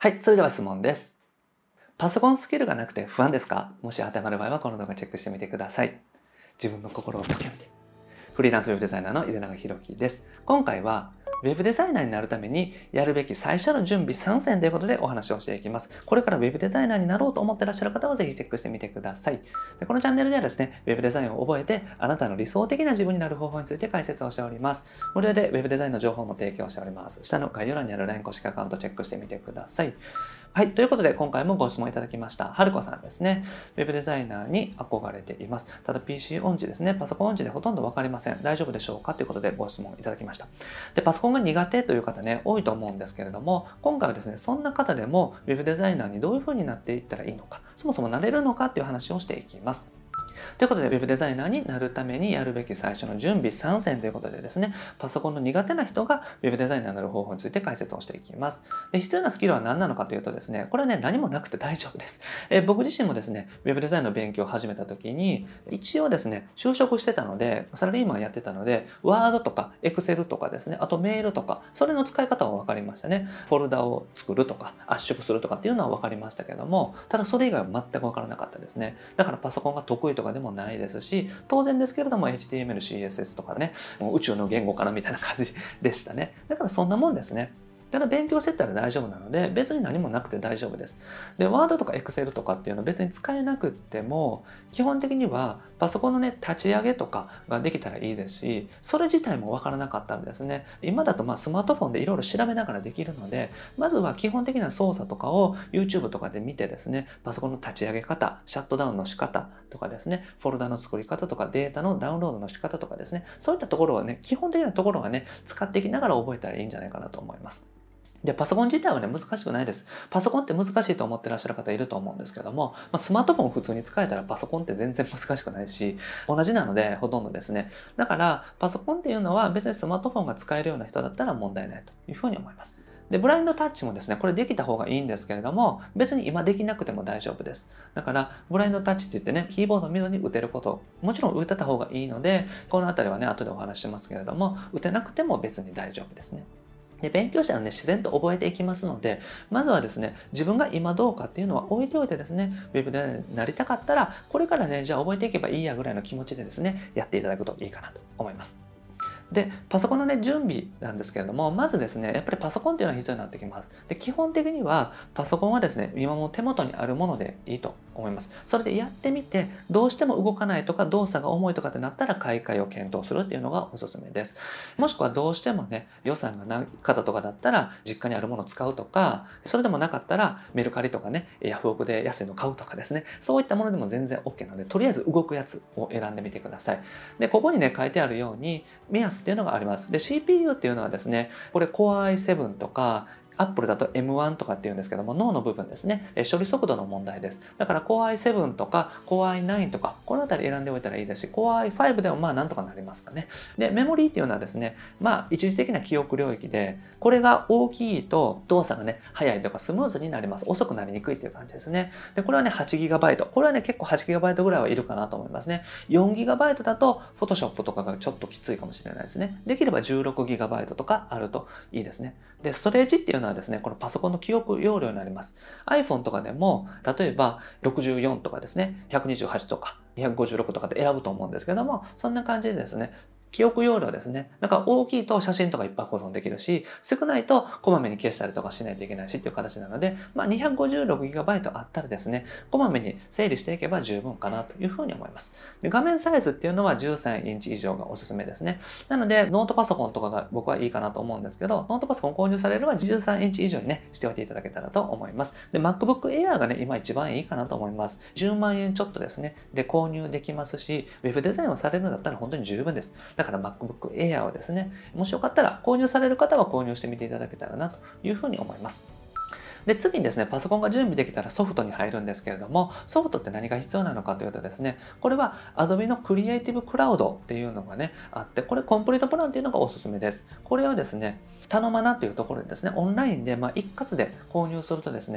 はい、それでは質問です。パソコンスキルがなくて不安ですか？もし当てはまる場合はこの動画チェックしてみてください。自分の心をつけて。フリーランスウェブデザイナーの井出永弘樹です。今回はウェブデザイナーになるためにやるべき最初の準備3選ということでお話をしていきます。これからウェブデザイナーになろうと思ってらっしゃる方はぜひチェックしてみてください。でこのチャンネルではですね、ウェブデザインを覚えてあなたの理想的な自分になる方法について解説をしております。無料でウェブデザインの情報も提供しております。下の概要欄にある LINE 公式アカウントチェックしてみてください。はい。ということで、今回もご質問いただきました。はるこさんですね。ウェブデザイナーに憧れています。ただ PC 音痴ですね。パソコン音痴でほとんどわかりません。大丈夫でしょうかということでご質問いただきました。で、パソコンが苦手という方ね、多いと思うんですけれども、今回はですね、そんな方でもウェブデザイナーにどういう風になっていったらいいのか、そもそもなれるのかっていう話をしていきます。ということで、ウェブデザイナーになるためにやるべき最初の準備3選ということでですね、パソコンの苦手な人がウェブデザイナーになる方法について解説をしていきます。で、必要なスキルは何なのかというとですね、これはね、何もなくて大丈夫です。僕自身もですね、ウェブデザインの勉強を始めた時に、一応ですね、就職してたので、サラリーマンやってたので、ワードとかエクセルとかですね、あとメールとか、それの使い方は分かりましたね。フォルダを作るとか、圧縮するとかっていうのは分かりましたけども、ただそれ以外は全く分からなかったですね。だからパソコンが得意とかでもないですし、当然ですけれども HTML、CSS とかね、もう宇宙の言語かなみたいな感じでしたね。だからそんなもんですね。ただ勉強してったら大丈夫なので、別に何もなくて大丈夫です。で、ワードとかエクセルとかっていうのは別に使えなくっても、基本的にはパソコンのね、立ち上げとかができたらいいですし、それ自体もわからなかったんですね。今だとスマートフォンでいろいろ調べながらできるので、まずは基本的な操作とかを YouTube とかで見てですね、パソコンの立ち上げ方、シャットダウンの仕方とかですね、フォルダの作り方とかデータのダウンロードの仕方とかですね、そういったところはね、基本的なところはね、使っていきながら覚えたらいいんじゃないかなと思います。で、パソコン自体はね、難しくないです。パソコンって難しいと思ってらっしゃる方いると思うんですけども、スマートフォンを普通に使えたらパソコンって全然難しくないし、同じなので、ほとんどですね。だから、パソコンっていうのは別にスマートフォンが使えるような人だったら問題ないというふうに思います。で、ブラインドタッチもですね、これできた方がいいんですけれども、別に今できなくても大丈夫です。だから、ブラインドタッチって言ってね、キーボードを見ずに打てること、もちろん打てた方がいいので、このあたりはね、後でお話ししますけれども、打てなくても別に大丈夫ですね。で、勉強したらね、自然と覚えていきますので、まずはですね、自分が今どうかっていうのは置いておいてですね、ウェブでなりたかったら、これからね、じゃあ覚えていけばいいやぐらいの気持ちでですね、やっていただくといいかなと思います。で、パソコンのね、準備なんですけれども、まずですね、やっぱりパソコンっていうのは必要になってきます。で、基本的には、パソコンはですね、今も手元にあるものでいいと思います。それでやってみて、どうしても動かないとか、動作が重いとかってなったら、買い替えを検討するっていうのがおすすめです。もしくはどうしてもね、予算がない方とかだったら、実家にあるものを使うとか、それでもなかったら、メルカリとかね、ヤフオクで安いの買うとかですね、そういったものでも全然 OK なので、とりあえず動くやつを選んでみてください。で、ここにね、書いてあるように、目安っていうのがあります。で、CPU っていうのはですね、これ Core i7 とか、Apple だと M1 とかっていうんですけども、脳の部分ですね。処理速度の問題です。だから Core i7 とか Core i9 とか、このあたり選んでおいたらいいですし、Core i5 でもなんとかなりますかね。で、メモリーっていうのはですね、一時的な記憶領域で、これが大きいと動作がね、速いとかスムーズになります。遅くなりにくいっていう感じですね。で、これはね、8GB。これはね、結構 8GB ぐらいはいるかなと思いますね。4GB だと Photoshop とかがちょっときついかもしれないですね。できれば 16GB とかあるといいですね。で、ストレージっていうのはですね、このパソコンの記憶容量になります。iPhone とかでも、例えば64とかですね、128とか256とかで選ぶと思うんですけども、そんな感じでですね、記憶容量ですね。だから大きいと写真とかいっぱい保存できるし、少ないとこまめに消したりとかしないといけないしっていう形なので、256GB あったらですね、こまめに整理していけば十分かなというふうに思います。で、画面サイズっていうのは13インチ以上がおすすめですね。なので、ノートパソコンとかが僕はいいかなと思うんですけど、ノートパソコン購入されれば13インチ以上にね、しておいていただけたらと思います。で、MacBook Air がね、今一番いいかなと思います。10万円ちょっとですね、で購入できますし、Web デザインをされるんだったら本当に十分です。だから MacBook Air をですね、もしよかったら購入される方は購入してみていただけたらなというふうに思います。で、次にですね、パソコンが準備できたらソフトに入るんですけれども、ソフトって何が必要なのかというとですね、これは Adobe の Creative Cloud っていうのがね、あって、これコンプリートプランっていうのがおすすめです。これをですね、頼まなというところでですね、オンラインで一括で購入するとですね、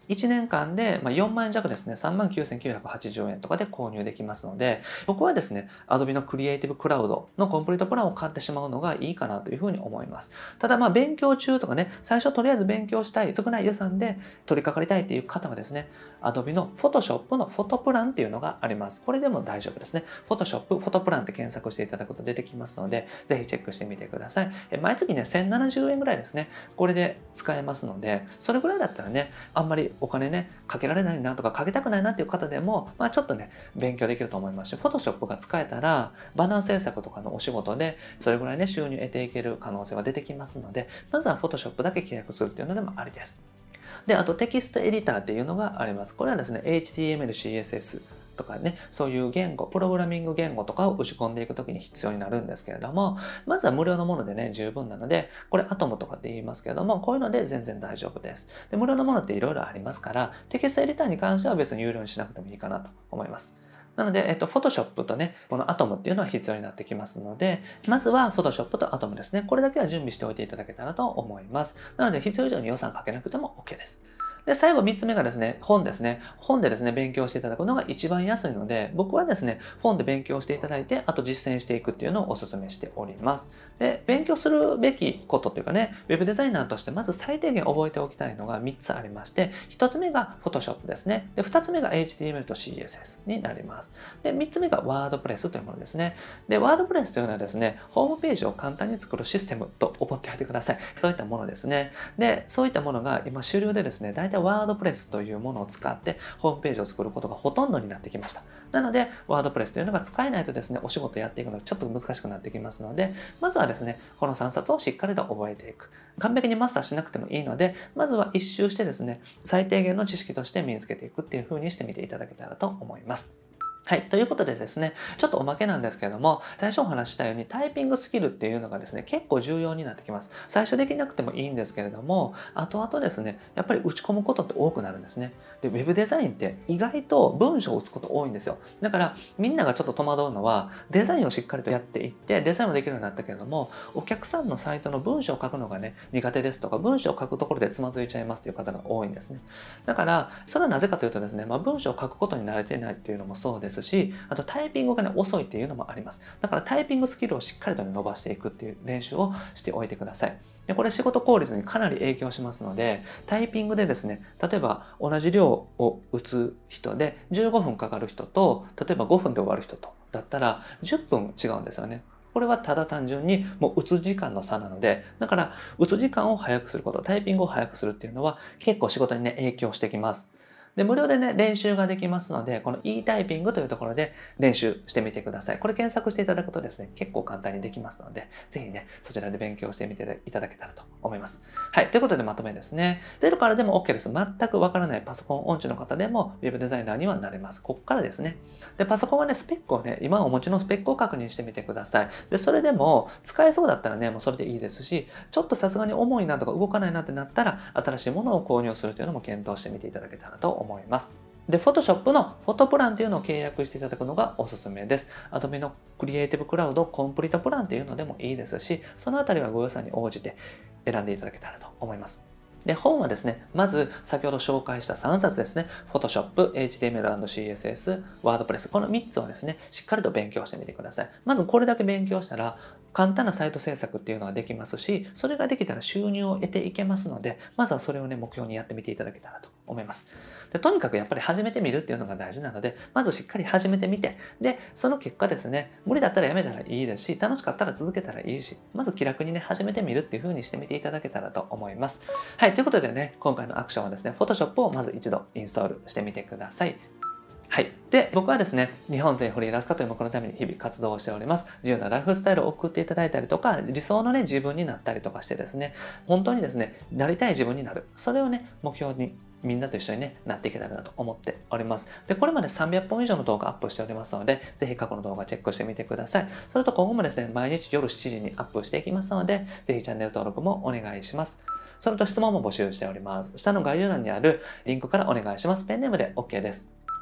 1年間で4万円弱ですね、39,980円とかで購入できますので、僕はですね、Adobe のクリエイティブクラウドのコンプリートプランを買ってしまうのがいいかなというふうに思います。ただ勉強中とかね、最初とりあえず勉強したい、少ない予算で取り掛かりたいっていう方はですね、Adobe の Photoshop のフォトプランっていうのがあります。これでも大丈夫ですね。Photoshop フォトプランって検索していただくと出てきますので、ぜひチェックしてみてください。毎月ね、1070円ぐらいですね。これで使えますので、それぐらいだったらね、あんまりお金ね、かけられないなとかかけたくないなっていう方でも、ちょっとね、勉強できると思いますし、Photoshop が使えたら、バナー制作とかのお仕事で、それぐらいね、収入得ていける可能性が出てきますので、まずは Photoshop だけ契約するっていうのでもありです。で、あとテキストエディターっていうのがあります。これはですね、HTML、CSS とかね、そういう言語、プログラミング言語とかを打ち込んでいくときに必要になるんですけれども、まずは無料のものでね、十分なので、これアトムとかって言いますけれども、こういうので全然大丈夫です。で、無料のものっていろいろありますから、テキストエディターに関しては別に有料にしなくてもいいかなと思います。なので、Photoshop とね、この Atom っていうのは必要になってきますので、まずは Photoshop と Atom ですね。これだけは準備しておいていただけたらと思います。なので、必要以上に予算かけなくても OK です。で、最後3つ目がですね、本ですね。本でですね、勉強していただくのが一番安いので、僕はですね、本で勉強していただいて、あと実践していくっていうのをお勧めしております。で、勉強するべきことっていうかね、ウェブデザイナーとしてまず最低限覚えておきたいのが3つありまして、1つ目が Photoshop ですね。で、2つ目が HTML と CSS になります。で、3つ目が WordPress というものですね。で、WordPress というのはですね、ホームページを簡単に作るシステムと思っておいてください。そういったものですね。で、そういったものが今主流でですね、大体ワードプレスというものを使ってホームページを作ることがほとんどになってきました。なので、ワードプレスというのが使えないとですね、お仕事やっていくのがちょっと難しくなってきますので、まずはですね、この3冊をしっかりと覚えていく。完璧にマスターしなくてもいいので、まずは一周してですね、最低限の知識として身につけていくっていう風にしてみていただけたらと思います。はい。ということでですね、ちょっとおまけなんですけれども、最初お話ししたようにタイピングスキルっていうのがですね、結構重要になってきます。最初できなくてもいいんですけれども、後々ですね、やっぱり打ち込むことって多くなるんですね。で、ウェブデザインって意外と文章を打つこと多いんですよ。だから、みんながちょっと戸惑うのは、デザインをしっかりとやっていって、デザインもできるようになったけれども、お客さんのサイトの文章を書くのがね、苦手ですとか、文章を書くところでつまずいちゃいますという方が多いんですね。だから、それはなぜかというとですね、文章を書くことに慣れていないっていうのもそうですし、あとタイピングがね、遅いっていうのもあります。だからタイピングスキルをしっかりと伸ばしていくっていう練習をしておいてください。で、これ仕事効率にかなり影響しますので、タイピングでですね、例えば同じ量を打つ人で15分かかる人と、例えば5分で終わる人と、だったら10分違うんですよね。これはただ単純にもう打つ時間の差なので、だから打つ時間を早くすること、タイピングを早くするっていうのは結構仕事にね、影響してきます。で、無料でね、練習ができますので、この e タイピングというところで練習してみてください。これ検索していただくとですね、結構簡単にできますので、ぜひね、そちらで勉強してみていただけたらと思います。はい、ということでまとめですね。ゼロからでも OK です。全くわからないパソコン音痴の方でも Web デザイナーにはなれます。ここからですね。で、パソコンはね、スペックをね、今お持ちのスペックを確認してみてください。で、それでも使えそうだったらね、もうそれでいいですし、ちょっとさすがに重いなとか動かないなってなったら、新しいものを購入するというのも検討してみていただけたらと思います。で、Photoshop のフォトプランっていうのを契約していただくのがおすすめです。Adobe のクリエイティブクラウドコンプリートプランっていうのでもいいですし、そのあたりはご予算に応じて選んでいただけたらと思います。で、本はですね、まず先ほど紹介した3冊ですね、Photoshop、HTML&CSS、WordPress、この3つをですね、しっかりと勉強してみてください。まずこれだけ勉強したら、簡単なサイト制作っていうのができますし、それができたら収入を得ていけますので、まずはそれをね、目標にやってみていただけたらと思います。で、とにかくやっぱり始めてみるっていうのが大事なので、まずしっかり始めてみて、で、その結果ですね、無理だったらやめたらいいですし、楽しかったら続けたらいいし、まず気楽にね、始めてみるっていう風にしてみていただけたらと思います。はい、ということでね、今回のアクションはですね、Photoshop をまず一度インストールしてみてください。はい。で、僕はですね、日本人フリーランス化という目のために日々活動をしております。自由なライフスタイルを送っていただいたりとか、理想のね、自分になったりとかしてですね、本当にですね、なりたい自分になる。それをね、目標にみんなと一緒にね、なっていけたらなと思っております。で、これまで300本以上の動画アップしておりますので、ぜひ過去の動画チェックしてみてください。それと今後もですね、毎日夜7時にアップしていきますので、ぜひチャンネル登録もお願いします。それと質問も募集しております。下の概要欄にあるリンクからお願いします。ペンネームで OK です。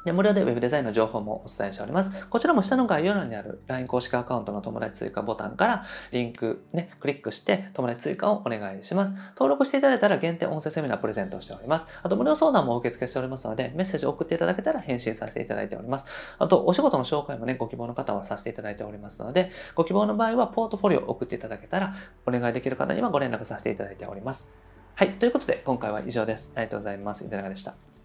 で、無料で Web デザインの情報もお伝えしております。こちらも下の概要欄にある LINE 公式アカウントの友達追加ボタンからリンクね、クリックして友達追加をお願いします。登録していただいたら限定音声セミナープレゼントをしております。あと無料相談も受付しておりますので、メッセージを送っていただけたら返信させていただいております。あと、お仕事の紹介もね、ご希望の方はさせていただいておりますので、ご希望の場合はポートフォリオを送っていただけたら、お願いできる方にはご連絡させていただいております。はい。ということで、今回は以上です。ありがとうございます。いかがでした？